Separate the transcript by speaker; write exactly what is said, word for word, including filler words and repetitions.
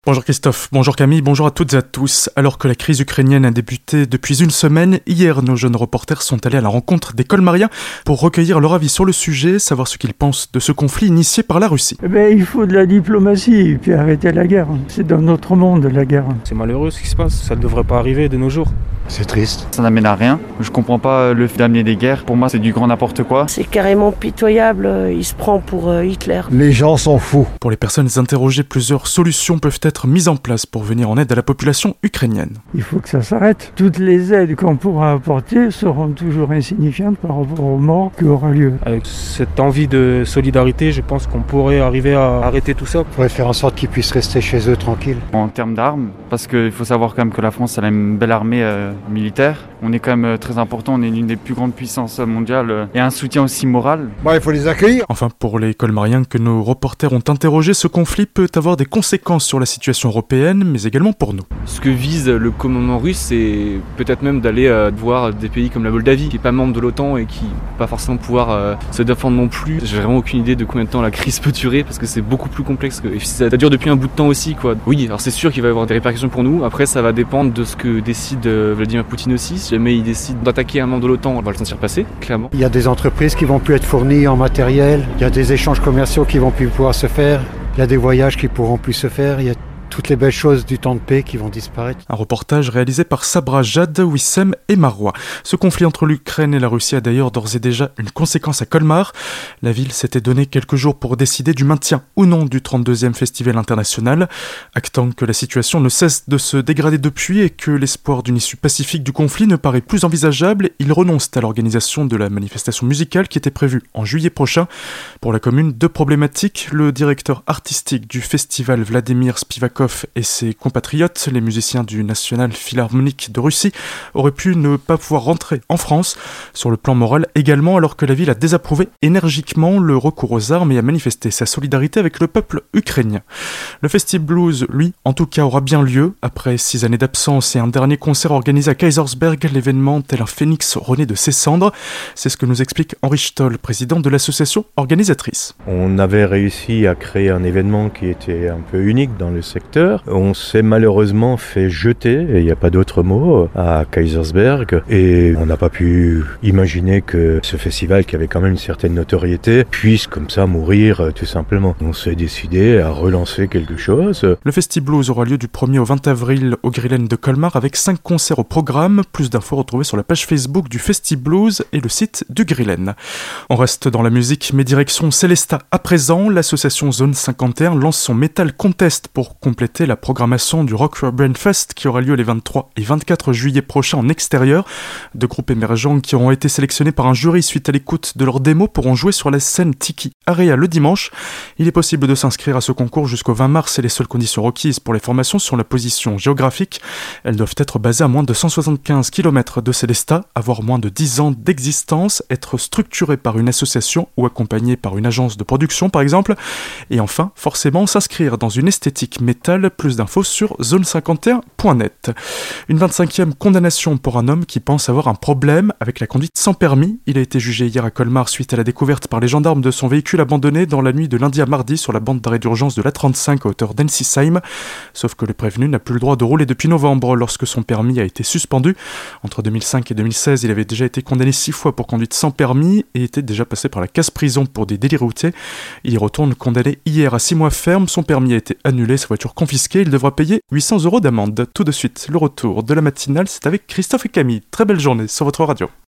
Speaker 1: Bonjour Christophe, bonjour Camille, bonjour à toutes et à tous. Alors que la crise ukrainienne a débuté depuis une semaine, hier nos jeunes reporters sont allés à la rencontre des colmariens pour recueillir leur avis sur le sujet, savoir ce qu'ils pensent de ce conflit initié par la Russie.
Speaker 2: Eh ben, il faut de la diplomatie et puis arrêter la guerre. C'est dans notre monde la guerre.
Speaker 3: C'est malheureux ce qui se passe, ça ne devrait pas arriver de nos jours.
Speaker 4: C'est triste.
Speaker 5: Ça n'amène à rien. Je comprends pas le fait d'amener des guerres. Pour moi, c'est du grand n'importe quoi.
Speaker 6: C'est carrément pitoyable. Il se prend pour Hitler.
Speaker 4: Les gens sont fous.
Speaker 1: Pour les personnes interrogées, plusieurs solutions peuvent être mises en place pour venir en aide à la population ukrainienne.
Speaker 2: Il faut que ça s'arrête. Toutes les aides qu'on pourra apporter seront toujours insignifiantes par rapport aux morts qui aura lieu.
Speaker 3: Avec cette envie de solidarité, je pense qu'on pourrait arriver à arrêter tout ça.
Speaker 4: Il faudrait faire en sorte qu'ils puissent rester chez eux tranquilles.
Speaker 5: En termes d'armes, parce qu'il faut savoir quand même que la France elle a une belle armée euh, militaire. On est quand même très important, on est l'une des plus grandes puissances mondiales euh, et un soutien aussi moral.
Speaker 4: Bon, il faut les accueillir.
Speaker 1: Enfin, pour les colmariens que nos reporters ont interrogés, ce conflit peut avoir des conséquences sur la situation européenne, mais également pour nous.
Speaker 7: Ce que vise le commandement russe, c'est peut-être même d'aller euh, voir des pays comme la Moldavie, qui n'est pas membre de l'OTAN et qui ne va pas forcément pouvoir euh, se défendre non plus. J'ai vraiment aucune idée de combien de temps la crise peut durer, parce que c'est beaucoup plus complexe. Que... Et ça, ça dure depuis un bout de temps aussi, quoi. Oui, alors c'est sûr qu'il va y avoir des répercussions pour nous. Après, ça va dépendre de ce que décide euh, Vladimir Poutine aussi. Si jamais il décide d'attaquer un membre de l'OTAN, on va le sentir passer, clairement.
Speaker 4: Il y a des entreprises qui vont plus être fournies en matériel. Il y a des échanges commerciaux qui vont plus pouvoir se faire. Il y a des voyages qui pourront plus se faire. Il y a toutes les belles choses du temps de paix qui vont disparaître.
Speaker 1: Un reportage réalisé par Sabra, Jade, Wissem et Marois. Ce conflit entre l'Ukraine et la Russie a d'ailleurs d'ores et déjà une conséquence à Colmar. La ville s'était donné quelques jours pour décider du maintien ou non du trente-deuxième Festival international. Actant que la situation ne cesse de se dégrader depuis et que l'espoir d'une issue pacifique du conflit ne paraît plus envisageable, ils renoncent à l'organisation de la manifestation musicale qui était prévue en juillet prochain. Pour la commune, deux problématiques. Le directeur artistique du festival, Vladimir Spivakov, et ses compatriotes, les musiciens du National Philharmonic de Russie, auraient pu ne pas pouvoir rentrer en France. Sur le plan moral également, alors que la ville a désapprouvé énergiquement le recours aux armes et a manifesté sa solidarité avec le peuple ukrainien. Le Festival Blues, lui, en tout cas, aura bien lieu. Après six années d'absence et un dernier concert organisé à Kaysersberg, l'événement, tel un phénix renaît de ses cendres. C'est ce que nous explique Henri Stoll, président de l'association organisatrice.
Speaker 8: On avait réussi à créer un événement qui était un peu unique dans le secteur. On s'est malheureusement fait jeter, et il n'y a pas d'autre mot, à Kaysersberg, et on n'a pas pu imaginer que ce festival, qui avait quand même une certaine notoriété, puisse comme ça mourir tout simplement. On s'est décidé à relancer quelque chose.
Speaker 1: Le Festi Blues aura lieu du premier au vingt avril au Grillen de Colmar avec cinq concerts au programme. Plus d'infos retrouvées sur la page Facebook du Festi Blues et le site du Grillen. On reste dans la musique, mais direction Célestat à présent. L'association Zone cinquante et un lance son Metal Contest pour compléter la programmation du Rock Brain Fest qui aura lieu les vingt-trois et vingt-quatre juillet prochains en extérieur. Deux groupes émergents qui auront été sélectionnés par un jury suite à l'écoute de leur démo pourront jouer sur la scène Tiki Area le dimanche. Il est possible de s'inscrire à ce concours jusqu'au vingt mars et les seules conditions requises pour les formations sont la position géographique. Elles doivent être basées à moins de cent soixante-quinze kilomètres de Célestat, avoir moins de dix ans d'existence, être structurées par une association ou accompagnées par une agence de production par exemple. Et enfin, forcément, s'inscrire dans une esthétique métal. Plus d'infos sur zone cinquante et un point net. Une vingt-cinquième condamnation pour un homme qui pense avoir un problème avec la conduite sans permis. Il a été jugé hier à Colmar suite à la découverte par les gendarmes de son véhicule abandonné dans la nuit de lundi à mardi sur la bande d'arrêt d'urgence de l'A trente-cinq à hauteur d'Ensisheim. Sauf que le prévenu n'a plus le droit de rouler depuis novembre lorsque son permis a été suspendu. Entre deux mille cinq et deux mille seize, il avait déjà été condamné six fois pour conduite sans permis et était déjà passé par la casse-prison pour des délits routiers. Il y retourne condamné hier à six mois ferme. Son permis a été annulé, sa voiture confisqué, il devra payer huit cents euros d'amende. Tout de suite, le retour de la matinale, c'est avec Christophe et Camille. Très belle journée sur votre radio.